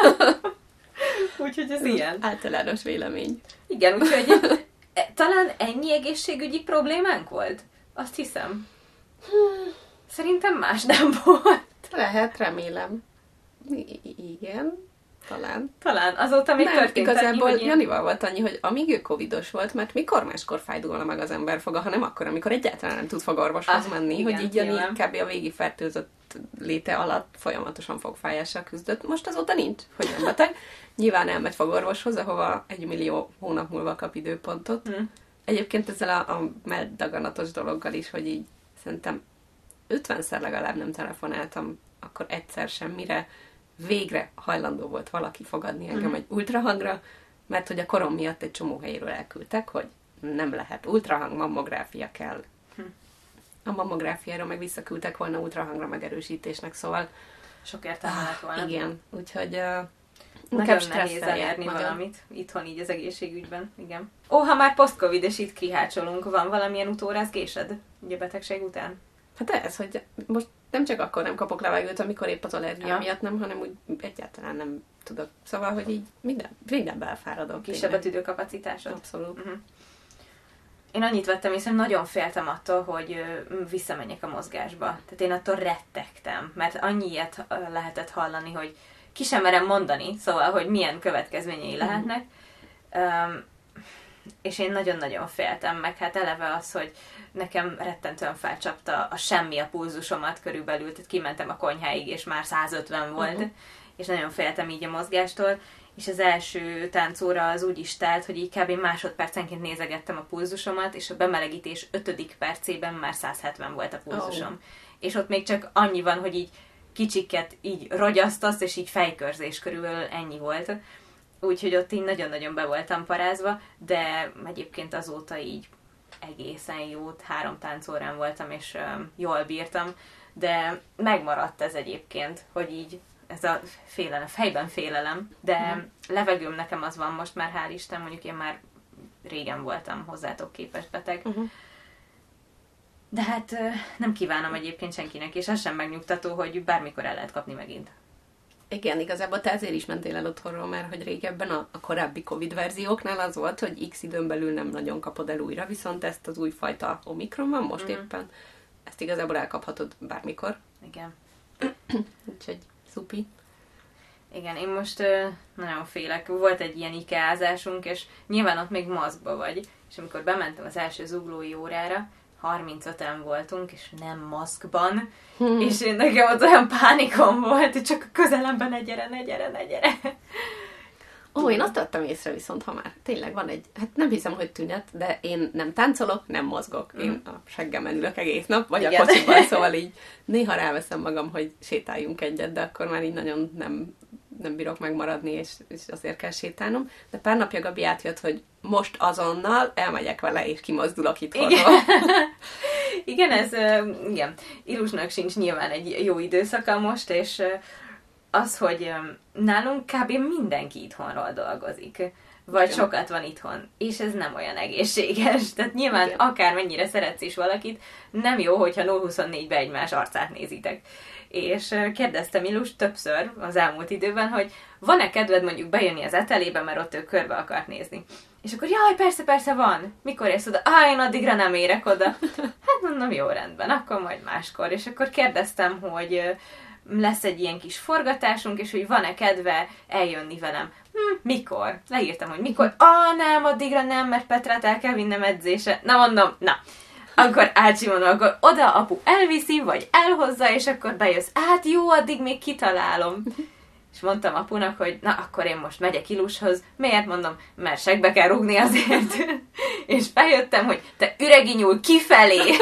Úgyhogy ez ilyen. Általános vélemény. Igen, úgyhogy talán ennyi egészségügyi problémánk volt? Azt hiszem. Szerintem más nem volt. Lehet, remélem. Igen, talán. Talán, azóta még történt. Igazából Janival volt annyi, hogy amíg ő covidos volt, mert mikor máskor fájdulna meg az ember foga, hanem akkor, amikor egyáltalán nem tud fogorvoshoz menni, igen, hogy így Jani kb. A végi fertőzött léte alatt folyamatosan fogfájással küzdött. Most azóta nincs, hogy nem beteg. Nyilván elmegy fogorvoshoz, ahova 1 millió hónap múlva kap időpontot. Egyébként ezzel a meddaganatos dologgal is, hogy így szerintem 50-szer legalább nem telefonáltam, akkor egyszer semmire. Végre hajlandó volt valaki fogadni engem egy ultrahangra, mert hogy a korom miatt egy csomó helyről elküldtek, hogy nem lehet ultrahang, mammográfia kell. A mammográfiára meg visszaküldtek volna ultrahangra megerősítésnek, szóval... Sok értelme lett volna. Igen, úgyhogy nagyon nehéz elérni valamit itthon így az egészségügyben. Igen. Ha már post-covid, és itt kihácsolunk, van valamilyen utórázgésed ugye betegség után? Hát ez, hogy most nem csak akkor nem kapok levegőt, amikor épp az allergia miatt nem, hanem úgy egyáltalán nem tudok. Szóval, hogy így minden belfáradok. Kisebb a tüdőkapacitásod? Abszolút. Én annyit vettem észre, hogy nagyon féltem attól, hogy visszamenjek a mozgásba. Tehát én attól rettegtem, mert annyi ilyet lehetett hallani, hogy ki sem merem mondani, szóval, hogy milyen következményei lehetnek. És én nagyon-nagyon féltem, meg hát eleve az, hogy nekem rettentően felcsapta a semmi a pulzusomat körülbelül, tehát kimentem a konyháig, és már 150 volt, és nagyon féltem így a mozgástól, és az első táncóra az úgy is telt, hogy így kb. Másodpercenként nézegettem a pulzusomat, és a bemelegítés 5. percében már 170 volt a pulzusom. És ott még csak annyi van, hogy így kicsiket így rogyasztasz, és így fejkörzés körülbelül ennyi volt. Úgyhogy ott így nagyon-nagyon be voltam parázva, de egyébként azóta így egészen jó, 3 táncórán voltam, és jól bírtam, de megmaradt ez egyébként, hogy így ez a félelem, fejben félelem, de levegőm nekem az van most már, hál' Isten, mondjuk én már régen voltam hozzátok képest beteg. De hát nem kívánom egyébként senkinek, és az sem megnyugtató, hogy bármikor el lehet kapni megint. Igen, igazából te ezért is mentél el otthonról, mert hogy régebben a korábbi Covid verzióknál az volt, hogy x időn belül nem nagyon kapod el újra, viszont ezt az újfajta Omikron van most éppen, ezt igazából elkaphatod bármikor. Igen. Úgyhogy szupi. Igen, én most nagyon félek. Volt egy ilyen ikeázásunk, és nyilván ott még maszkba vagy. És amikor bementem az első zuglói órára, 35-en voltunk, és nem maszkban. És én nekem ott olyan pánikom volt, hogy csak a közelemben ne gyere. Én azt vettem észre viszont, ha már tényleg van egy, hát nem hiszem, hogy tünet, de én nem táncolok, nem mozgok. Én a seggemen ülök egész nap, vagy igen. A kocsiban, szóval így néha ráveszem magam, hogy sétáljunk egyet, de akkor már így nagyon nem bírok megmaradni, és azért kell sétálnom. De pár napja Gabi átjött, hogy most azonnal elmegyek vele, és kimozdulok itthonról. Igen, igen. Ilusnak sincs nyilván egy jó időszaka most, és az, hogy nálunk kb. Mindenki itthonról dolgozik. Vagy igen. Sokat van itthon. És ez nem olyan egészséges. Tehát nyilván igen. Akármennyire szeretsz is valakit, nem jó, hogyha 0-24-be egymás arcát nézitek. És kérdeztem Ilus többször az elmúlt időben, hogy van-e kedved mondjuk bejönni az etelébe, mert ott ő körbe akart nézni. És akkor, jaj, persze van. Mikor érsz oda? Én addigra nem érek oda. Hát mondom, jó, rendben, akkor majd máskor. És akkor kérdeztem, hogy lesz egy ilyen kis forgatásunk, és hogy van-e kedve eljönni velem. Mikor? Leírtam, hogy mikor. Nem, addigra nem, mert Petrát el kell vinnem edzésre. Na mondom, akkor átsimondom, akkor oda apu elviszi, vagy elhozza, és akkor bejössz. Hát jó, addig még kitalálom. És mondtam apunak, hogy akkor én most megyek Ilushoz. Miért mondom? Mert segbe kell rúgni azért. És feljöttem, hogy te üregi nyúl kifelé.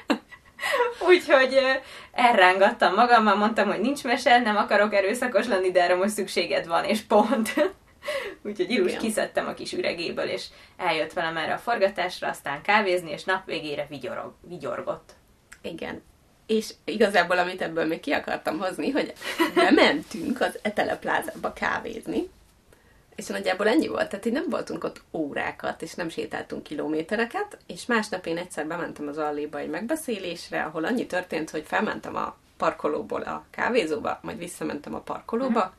Úgyhogy elrángattam magammal, mondtam, hogy nincs mese, nem akarok erőszakos lenni, de erre most szükséged van, és pont. Úgyhogy Ilus kiszedtem a kis üregéből, és eljött velem erre a forgatásra, aztán kávézni, és nap végére vigyorgott. Igen. És igazából, amit ebből még ki akartam hozni, hogy bementünk az Etele plázába kávézni, és nagyjából ennyi volt, tehát így nem voltunk ott órákat, és nem sétáltunk kilométereket, és másnap én egyszer bementem az Alléba egy megbeszélésre, ahol annyi történt, hogy felmentem a parkolóból a kávézóba, majd visszamentem a parkolóba,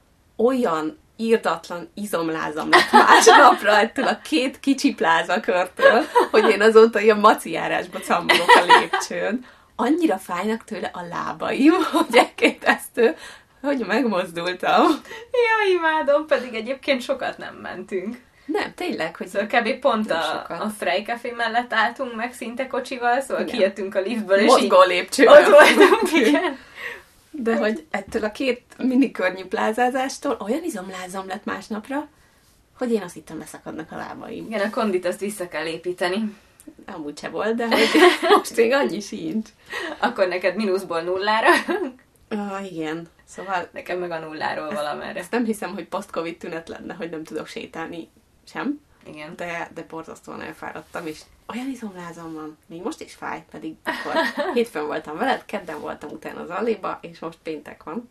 olyan írdatlan izomlázam lett másnapra ettől a 2 kicsi plázakörtől, hogy én azóta ilyen macijárásba cambolok a lépcsőn. Annyira fájnak tőle a lábaim, hogy elképesztő, hogy megmozdultam. Ja, imádom, pedig egyébként sokat nem mentünk. Nem, tényleg, hogy... Szóval kb. Pont a Frey Café mellett álltunk meg szinte kocsival, szóval igen. Kijöttünk a liftből, és mozgó lépcsővel. Ott voltunk, igen. De hogy ettől a 2 minikörnyű plázázástól olyan izomlázam lett másnapra, hogy én azt hittem, leszakadnak a lábaim. Igen, a kondit azt vissza kell építeni. Amúgy se volt, de hogy most még annyi sincs. Akkor neked mínuszból nullára? Igen. Szóval... Nekem meg a nulláról valamerre. Ezt nem hiszem, hogy post-covid tünet lenne, hogy nem tudok sétálni sem. Igen. De borzasztóan elfáradtam, és olyan izomlázam van. Még most is fáj, pedig akkor hétfőn voltam veled, kedden voltam utána az Alléba, és most péntek van.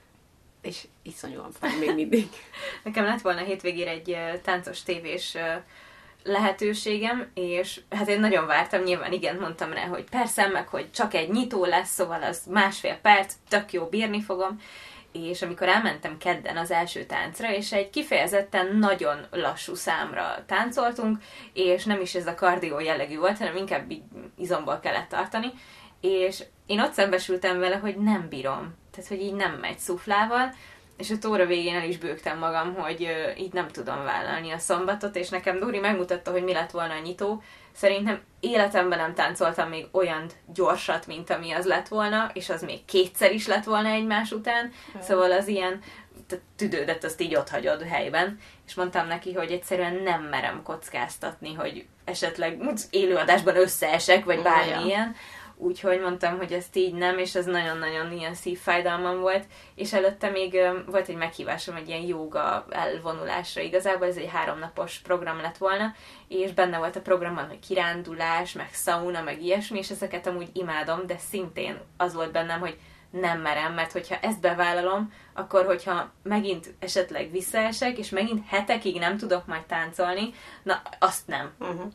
És iszonyúan fáj még mindig. Nekem lett volna hétvégére egy táncos tévés lehetőségem, és hát én nagyon vártam, nyilván igen, mondtam rá, hogy persze, meg hogy csak egy nyitó lesz, szóval az 1,5 perc, tök jó, bírni fogom, és amikor elmentem kedden az első táncra, és egy kifejezetten nagyon lassú számra táncoltunk, és nem is ez a kardió jellegű volt, hanem inkább így izomból kellett tartani, és én ott szembesültem vele, hogy nem bírom, tehát hogy így nem megy szuflával, és a óra végén el is bőgtem magam, hogy így nem tudom vállalni a szombatot, és nekem Dóri megmutatta, hogy mi lett volna a nyitó. Szerintem életemben nem táncoltam még olyan gyorsat, mint ami az lett volna, és az még 2-szer is lett volna egymás után. Szóval az ilyen tüdődet azt így ott hagyod helyben. És mondtam neki, hogy egyszerűen nem merem kockáztatni, hogy esetleg élőadásban összeesek, vagy bármilyen. Úgyhogy mondtam, hogy ezt így nem, és ez nagyon-nagyon ilyen szívfájdalmam volt, és előtte még volt egy meghívásom egy ilyen jóga elvonulásra, igazából ez egy 3 napos program lett volna, és benne volt a programban, hogy kirándulás, meg szauna, meg ilyesmi, és ezeket amúgy imádom, de szintén az volt bennem, hogy nem merem, mert hogyha ezt bevállalom, akkor hogyha megint esetleg visszaesek, és megint hetekig nem tudok majd táncolni, na azt nem.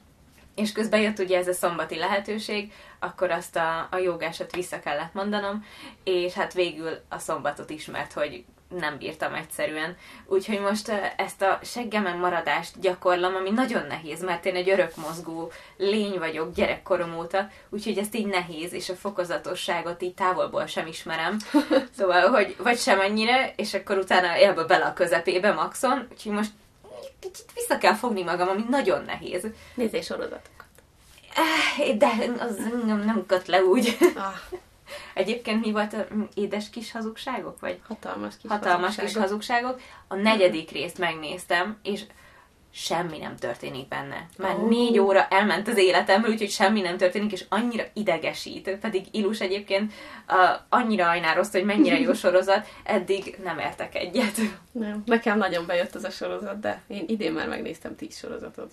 És közben jött ugye ez a szombati lehetőség, akkor azt a jogásat vissza kellett mondanom, és hát végül a szombatot is, mert hogy nem bírtam egyszerűen. Úgyhogy most ezt a seggemen maradást gyakorlom, ami nagyon nehéz, mert én egy örökmozgó lény vagyok gyerekkorom óta, úgyhogy ezt így nehéz, és a fokozatosságot így távolból sem ismerem. Szóval, hogy vagy sem ennyire, és akkor utána élbe bele a közepébe maxon, úgyhogy most kicsit vissza kell fogni magam, ami nagyon nehéz. Nézzél sorozatokat. De az nem köt le úgy. Ah. Egyébként mi volt a édes kis hazugságok? Vagy? Hatalmas kis hazugságok. A 4. részt megnéztem, és semmi nem történik benne. Már 4 óra elment az életemből, úgyhogy semmi nem történik, és annyira idegesít. Pedig Ilus egyébként annyira ajnározta, hogy mennyire jó sorozat, eddig nem értek egyet. Nem, nekem nagyon bejött az a sorozat, de én idén már megnéztem 10 sorozatot.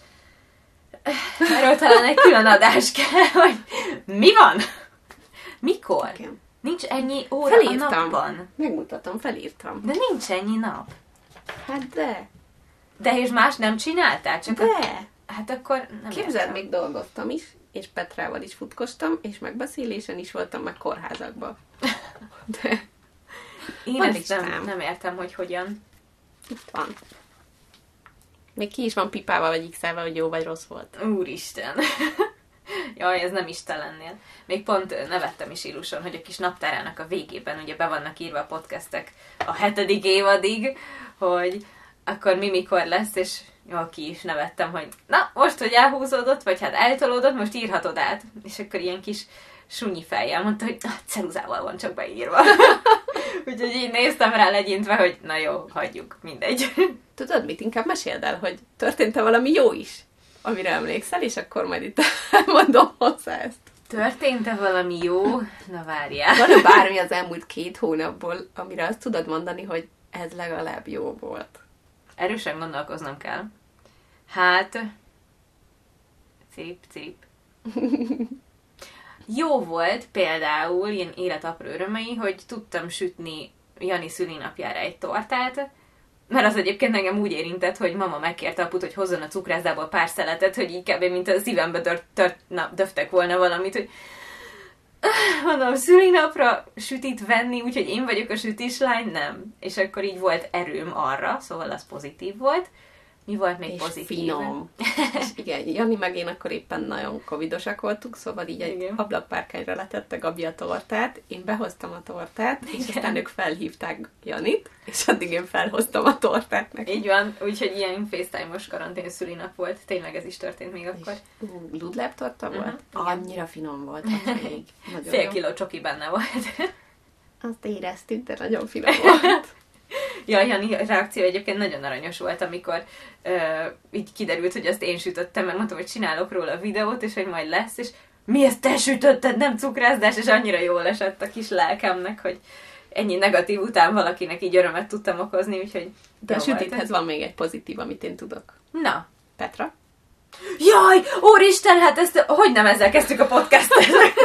Erről talán egy külön adás kell, hogy mi van? Mikor? Igen. Nincs ennyi óra felírtam. A napban. Megmutatom, felírtam. De nincs ennyi nap. Hát de. De és más nem csináltál? Csak De. Hát akkor nem Képzeld, értem. még dolgoztam is, és Petrával is futkostam, és megbeszélésen is voltam, meg kórházakban. De Én van ezt listám. nem értem, hogy hogyan. itt van. Még ki is van pipával vagy x-elvel, hogy jó vagy rossz volt. Úristen. Jaj, ez nem istenlennél. Még pont nevettem is Iluson, hogy a kis naptárának a végében ugye be vannak írva a podcastek a 7. évadig, hogy akkor mi mikor lesz, és jó, ki is nevettem, hogy na, most, hogy elhúzódott, vagy hát eltolódott, most írhatod át. És akkor ilyen kis sunyi fejjel mondta, hogy ceruzával van csak beírva. Úgyhogy így néztem rá legyintve, hogy na jó, hagyjuk, mindegy. Tudod mit? Inkább meséld el, hogy történt-e valami jó is, amire emlékszel, és akkor majd itt mondom hozzá ezt. Történt-e valami jó? Na várjál. Van-e bármi az elmúlt 2 hónapból, amire azt tudod mondani, hogy ez legalább jó volt? Erősen gondolkoznom kell. Hát... Cirip. Jó volt például, ilyen életapró örömei, hogy tudtam sütni Jani szülinapjára egy tortát, mert az egyébként engem úgy érintett, hogy mama megkérte aput, hogy hozzon a cukrászdából pár szeletet, hogy így kb. Mint a szívembe döftek volna valamit, hogy mondom, szülinapra sütit venni, úgyhogy én vagyok a sütislány, nem. És akkor így volt erőm arra, szóval az pozitív volt. Mi volt még és pozitív? finom. És igen, Jani meg én akkor éppen nagyon covidosak voltunk, szóval így egy ablakpárkányra letette Gabi a tortát, én behoztam a tortát, és aztán ők felhívták Janit, és addig én felhoztam a tortát neki. Így van, úgyhogy ilyen FaceTime-os karantén szülinap volt. Tényleg ez is történt még akkor. Ludlab torta volt? Annyira finom volt. Fél kiló csoki benne volt. Azt éreztük, de nagyon finom volt. Ja, Jani reakció egyébként nagyon aranyos volt, amikor így kiderült, hogy azt én sütöttem, mert mondtam, hogy csinálok róla a videót, és hogy majd lesz, és mi ezt te sütötted, nem cukrászdás, és annyira jól esett a kis lelkemnek, hogy ennyi negatív után valakinek így örömet tudtam okozni, úgyhogy de a sütithez van még egy pozitív, amit én tudok. Na. Petra? Jaj, úristen, hát ezt hogy nem ezzel kezdtük a podcastet?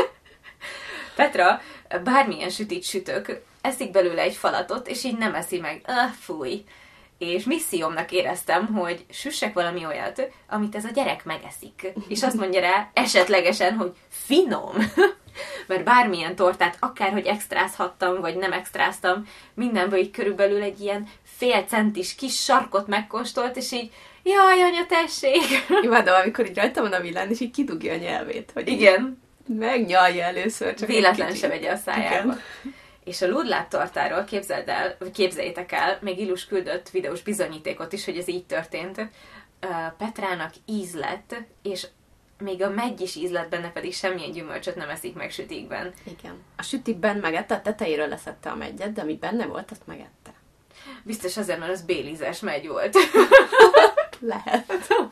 Petra, bármilyen sütit sütök, eszik belőle egy falatot, és így nem eszi meg. Fúj. És missziómnak éreztem, hogy süssek valami olyat, amit ez a gyerek megeszik. És azt mondja rá esetlegesen, hogy finom. Mert bármilyen tortát, akárhogy extrázhattam, vagy nem extráztam, mindenből így körülbelül egy ilyen fél centis kis sarkot megkóstolt, és így, jaj, anya, tessék! Imádom, amikor így rajta van a villán, és így kidugja a nyelvét. Hogy igen. Megnyalja először. Csak véletlen se vegye a szájába. Igen. És a Ludlab tortáról képzeljétek el, még Ilus küldött videós bizonyítékot is, hogy ez így történt. Petrának íz lett, és még a megy is íz lett benne, pedig semmilyen gyümölcsöt nem eszik meg sütikben. Igen. A sütikben megette, a tetejéről leszette a meggyet, de ami benne volt, azt megette. Biztos azért, mert az bélizes megy volt. Lehet.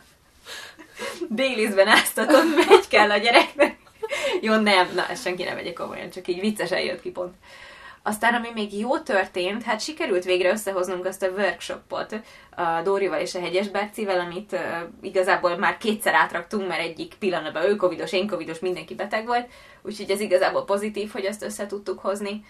Bélizben áztatott megy kell a gyereknek. Jó, nem, na, ezt senki nem vegye komolyan, csak így viccesen jött ki pont. Aztán, ami még jó történt, hát sikerült végre összehoznunk azt a workshopot a Dórival és a Hegyes Bercivel, amit igazából már 2-szer átraktunk, mert egyik pillanatban ő covidos, én covidos, mindenki beteg volt, úgyhogy ez igazából pozitív, hogy azt össze tudtuk hozni.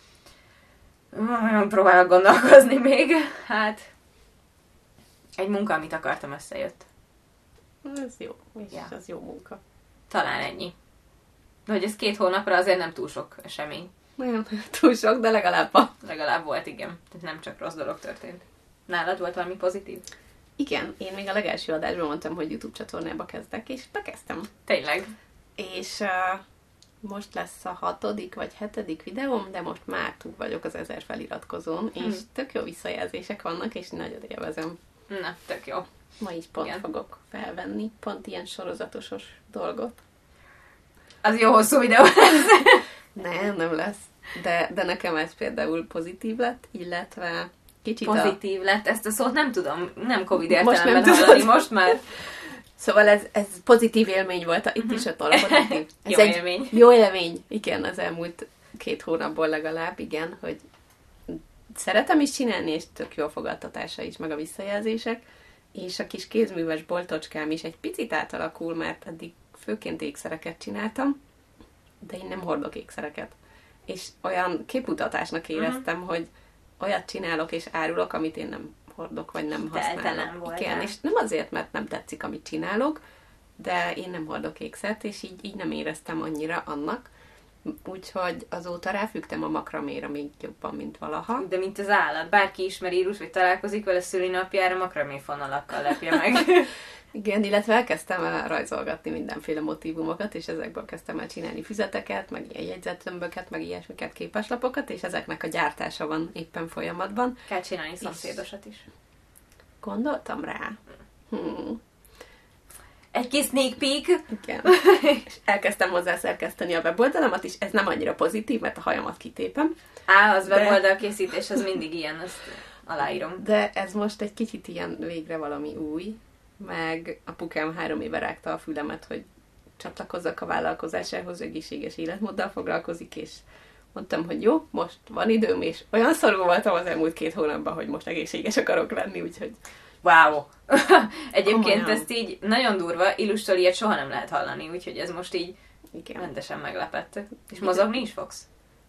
Próbálok gondolkozni még. Hát, egy munka, amit akartam, összejött. Ez jó, és ja. Ez jó munka. Talán ennyi. De hogy ez 2 hónapra azért nem túl sok esemény. Nem túl sok, de legalább volt, igen. Tehát nem csak rossz dolog történt. Nálad volt valami pozitív? Igen, én még a legelső adásban mondtam, hogy YouTube csatornába kezdek, és bekezdtem. Tényleg? És most lesz a 6. vagy 7. videóm, de most már túl vagyok az 1000 feliratkozón, és tök jó visszajelzések vannak, és nagyon élvezem. Na, tök jó. Ma is pont fogok felvenni, pont ilyen sorozatosos dolgot. Az jó hosszú videó lesz. Nem lesz. De nekem ez például pozitív lett, illetve kicsit pozitív lett, ezt a szót nem tudom, nem Covid értelemben hallani, most már. Szóval ez pozitív élmény volt, itt is ott a pozitív. Ez jó élmény. Jó élmény, igen, az elmúlt 2 hónapból legalább, igen, hogy szeretem is csinálni, és tök jó a fogadtatása is, meg a visszajelzések, és a kis kézműves boltocskám is egy picit átalakul, mert eddig főként ékszereket csináltam, de én nem hordok ékszereket. És olyan képmutatásnak éreztem, hogy olyat csinálok és árulok, amit én nem hordok, vagy nem használok. Igen, és nem azért, mert nem tetszik, amit csinálok, de én nem hordok ékszert, és így nem éreztem annyira annak. Úgyhogy azóta ráfügtem a makraméra még jobban, mint valaha. De mint az állat. Bárki ismer írus, vagy találkozik vele szülinapjára, makramé fonalakkal lepje meg. Igen, illetve elkezdtem rajzolgatni mindenféle motívumokat, és ezekből kezdtem el csinálni füzeteket, meg ilyen jegyzettömböket, meg ilyesmiket, képeslapokat, és ezeknek a gyártása van éppen folyamatban. Kell csinálni szomszédosat is. Gondoltam rá. Egy kis sneak peek. Igen. És elkezdtem hozzá szerkeszteni a weboldalamat is, ez nem annyira pozitív, mert a hajamat kitépem. Az weboldal készítés, az mindig ilyen, azt aláírom. De ez most egy kicsit ilyen végre valami új, meg apukám 3 éve rágta a fülemet, hogy csatlakozzak a vállalkozásához, egészséges életmóddal foglalkozik, és mondtam, hogy jó, most van időm, és olyan szorú voltam az elmúlt 2 hónapban, hogy most egészséges akarok lenni, úgyhogy... Wow! Egyébként ezt így nagyon durva, Illustól ilyet soha nem lehet hallani, úgyhogy ez most így rendesen meglepett. És mozogni is fogsz?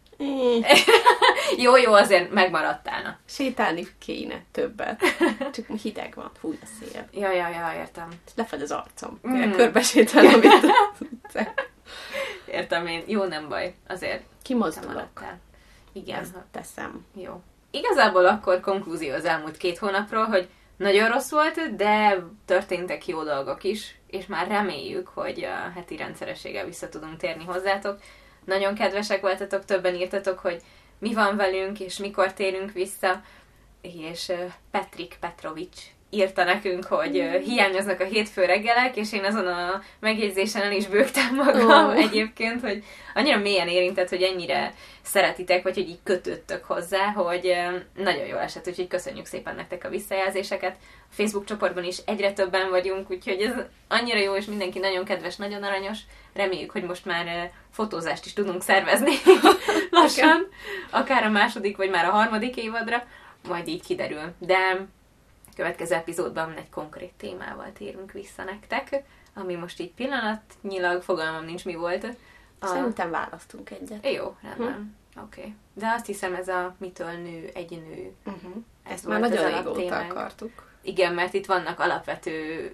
Jó, azért megmaradtál. Sétálni kéne többet. Csak hideg van, fúj a szél. Ja, értem. Lefagy az arcom. Körbe sétálom itt. Értem én. Jó, nem baj. Azért kimozdulok. Igen. Ezt teszem. Jó. Igazából akkor konklúzió az elmúlt 2 hónapról, hogy nagyon rossz volt, de történtek jó dolgok is, és már reméljük, hogy a heti rendszerességgel vissza tudunk térni hozzátok. Nagyon kedvesek voltatok, többen írtatok, hogy mi van velünk, és mikor térünk vissza, és Petrik Petrovics írta nekünk, hogy hiányoznak a hétfő reggelek, és én azon a megjegyzésen el is bőgtem magam egyébként, hogy annyira mélyen érintett, hogy ennyire szeretitek, vagy hogy így kötődtök hozzá, hogy nagyon jól esett, úgyhogy köszönjük szépen nektek a visszajelzéseket. A Facebook csoportban is egyre többen vagyunk, úgyhogy ez annyira jó, és mindenki nagyon kedves, nagyon aranyos. Reméljük, hogy most már fotózást is tudunk szervezni lassan, akár a 2. vagy már a 3. évadra, majd így kiderül. De következő epizódban egy konkrét témával térünk vissza nektek, ami most így pillanatnyilag fogalmam nincs mi volt. Szerintem választunk egyet. Jó, rendben. Oké. De azt hiszem ez a mitől nő egy nő. Ezt már nagyon régóta akartuk. Igen, mert itt vannak alapvető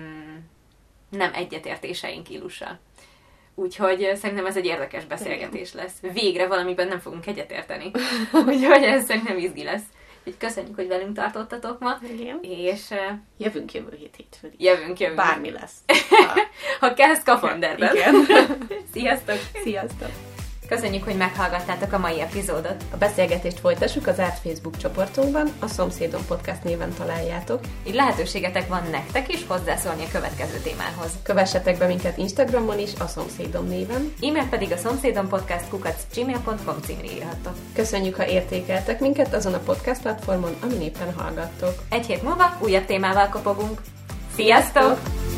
nem egyetértéseink Illussal. Úgyhogy szerintem ez egy érdekes beszélgetés lesz. Végre valamiben nem fogunk egyetérteni. Úgyhogy ez szerintem izgi lesz. Úgyhogy köszönjük, hogy velünk tartottatok ma. Igen. És jövünk jövő hétfőn. Jövünk. Bármi lesz. Ha kell, szkafanderben. Igen. Sziasztok! Sziasztok! Köszönjük, hogy meghallgattátok a mai epizódot. A beszélgetést folytassuk az zárt Facebook csoportunkban, a Szomszédom Podcast néven találjátok. Így lehetőségetek van nektek is hozzászólni a következő témához. Kövessetek be minket Instagramon is, a Szomszédom néven. E-mail pedig a szomszédompodcast@gmail.com címre írhattok. Köszönjük, ha értékeltek minket azon a podcast platformon, amin éppen hallgattok. Egy hét múlva újabb témával kopogunk. Sziasztok!